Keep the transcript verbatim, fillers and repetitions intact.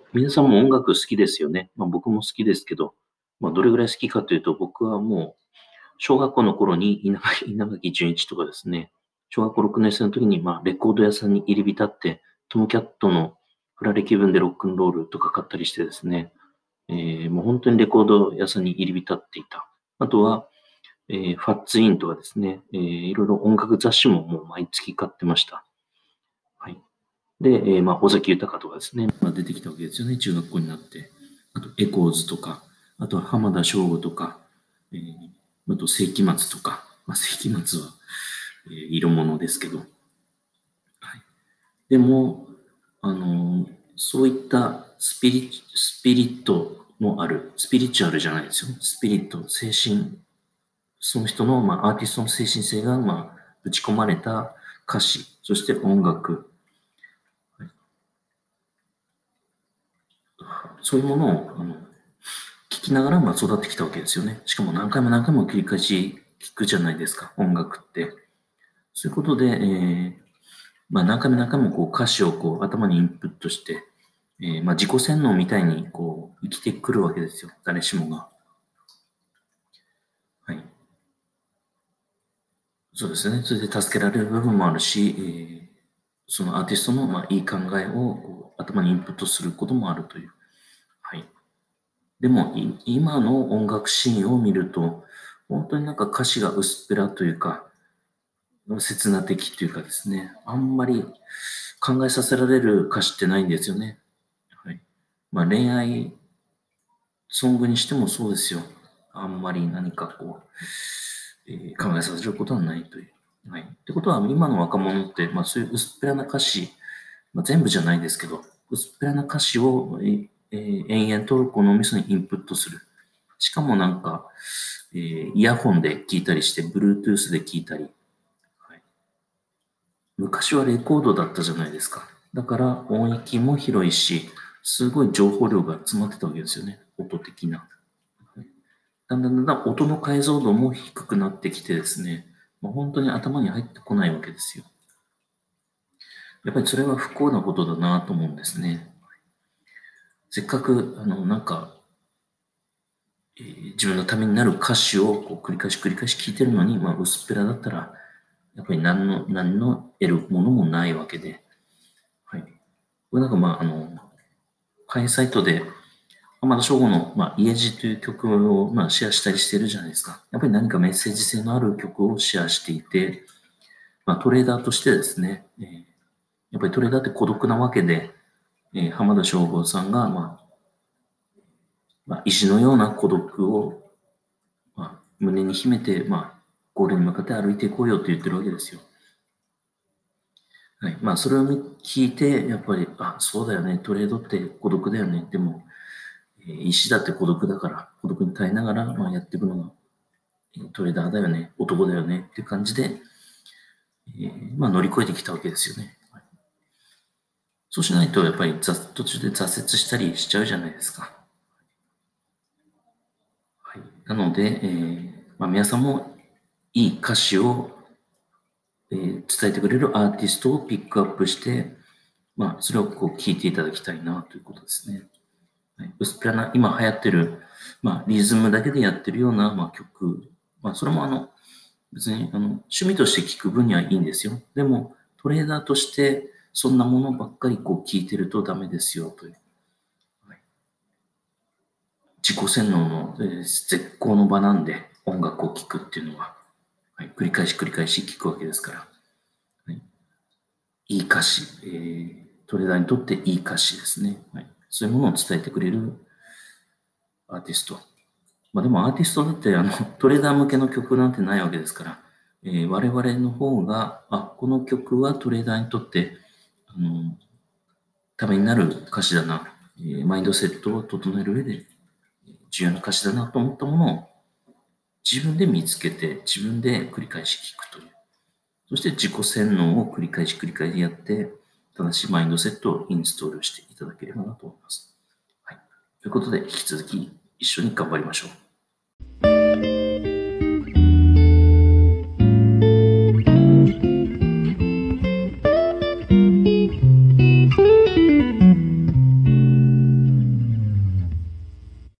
皆さんも音楽好きですよね。まあ、僕も好きですけど、まあ、どれぐらい好きかというと、僕はもう、小学校の頃に稲垣稲垣潤一とかですね、小学校ろくねん生の時に、まあ、レコード屋さんに入り浸って、トムキャットの振られ気分でロックンロールとか買ったりしてですね、えーもう本当にレコード屋さんに入り浸っていた。あとは、えーファッツインとかですね、えーいろいろ音楽雑誌ももう毎月買ってました。はい。で、えーまあ、尾崎豊とかですね、まあ、出てきたわけですよね、中学校になって。あと、エコーズとか、あとは浜田省吾とか、えー、あと、世紀末とか、まあ、世紀末は、えー色物ですけど、はい。でも、あのーそういったスピリ、スピリットのある、スピリチュアルじゃないですよ。スピリット、精神、その人の、まあ、アーティストの精神性が、まあ、打ち込まれた歌詞、そして音楽、そういうものを、あの、聞きながら、まあ、育ってきたわけですよね。しかも何回も何回も繰り返し聞くじゃないですか、音楽って。そういうことで、えーまあ、何回も何回もこう歌詞をこう頭にインプットして、えーまあ、自己洗脳みたいにこう生きてくるわけですよ、誰しもが。はい。そうですね。それで助けられる部分もあるし、えーそのアーティストのまあいい考えをこう頭にインプットすることもあるという。はい。でも、い今の音楽シーンを見ると、本当になんか歌詞が薄っぺらというか、刹那的というかですね、あんまり考えさせられる歌詞ってないんですよね。はい。まあ恋愛ソングにしてもそうですよ。あんまり何かこう、えー考えさせることはないという。はい。ってことは、今の若者って、まあそういう薄っぺらな歌詞、まあ、全部じゃないですけど、薄っぺらな歌詞を、えーえー延々とこの脳みそにインプットする。しかもなんか、えーイヤホンで聞いたりして、Bluetooth で聞いたり、はい。昔はレコードだったじゃないですか。だから音域も広いし、すごい情報量が詰まってたわけですよね。音的な。だんだんだんだん音の解像度も低くなってきてですね、もう本当に頭に入ってこないわけですよ。やっぱりそれは不幸なことだなと思うんですね。せっかく、あの、なんか、えー自分のためになる歌詞をこう繰り返し繰り返し聞いてるのに、まあ、薄っぺらだったら、やっぱり何の、何の得るものもないわけで、はい。これなんかまあ、あの、会サイトで、浜田省吾の、まあ、家路という曲を、まあ、シェアしたりしてるじゃないですか。やっぱり何かメッセージ性のある曲をシェアしていて、まあ、トレーダーとしてですね、えーやっぱりトレーダーって孤独なわけで、えー浜田省吾さんが、まあ、まあ、石のような孤独を、まあ、胸に秘めて、まあ、ゴールに向かって歩いていこうよと言ってるわけですよ。はい。まあ、それを聞いて、やっぱり、あ、そうだよね、トレードって孤独だよね。でも、えー石だって孤独だから、孤独に耐えながら、まあ、やっていくのが、えートレーダーだよね、男だよねっていう感じで、えーまあ、乗り越えてきたわけですよね。はい。そうしないと、やっぱり途中で挫折したりしちゃうじゃないですか。はい。なので、えーまあ、皆さんもいい歌詞を、えー伝えてくれるアーティストをピックアップして、まあ、それをこう聞いていただきたいなということですね。はい、薄っぺらな、今流行ってる、まあ、リズムだけでやってるような、まあ、曲、まあ、それもあの、別にあの趣味として聞く分にはいいんですよ。でも、トレーダーとしてそんなものばっかりこう聞いてるとダメですよという。はい、自己洗脳の、えー絶好の場なんで、音楽を聴くっていうのは。はい、繰り返し繰り返し聞くわけですから。はい、いい歌詞、えー、トレーダーにとっていい歌詞ですね。はい、そういうものを伝えてくれるアーティスト。まあ、でもアーティストだってあのトレーダー向けの曲なんてないわけですから、えー我々の方が、あ、この曲はトレーダーにとってあのためになる歌詞だな、えーマインドセットを整える上で重要な歌詞だなと思ったものを自分で見つけて自分で繰り返し聞くという。そして自己洗脳を繰り返し繰り返しやって、正しいマインドセットをインストールしていただければなと思います。はい。ということで、引き続き一緒に頑張りましょう。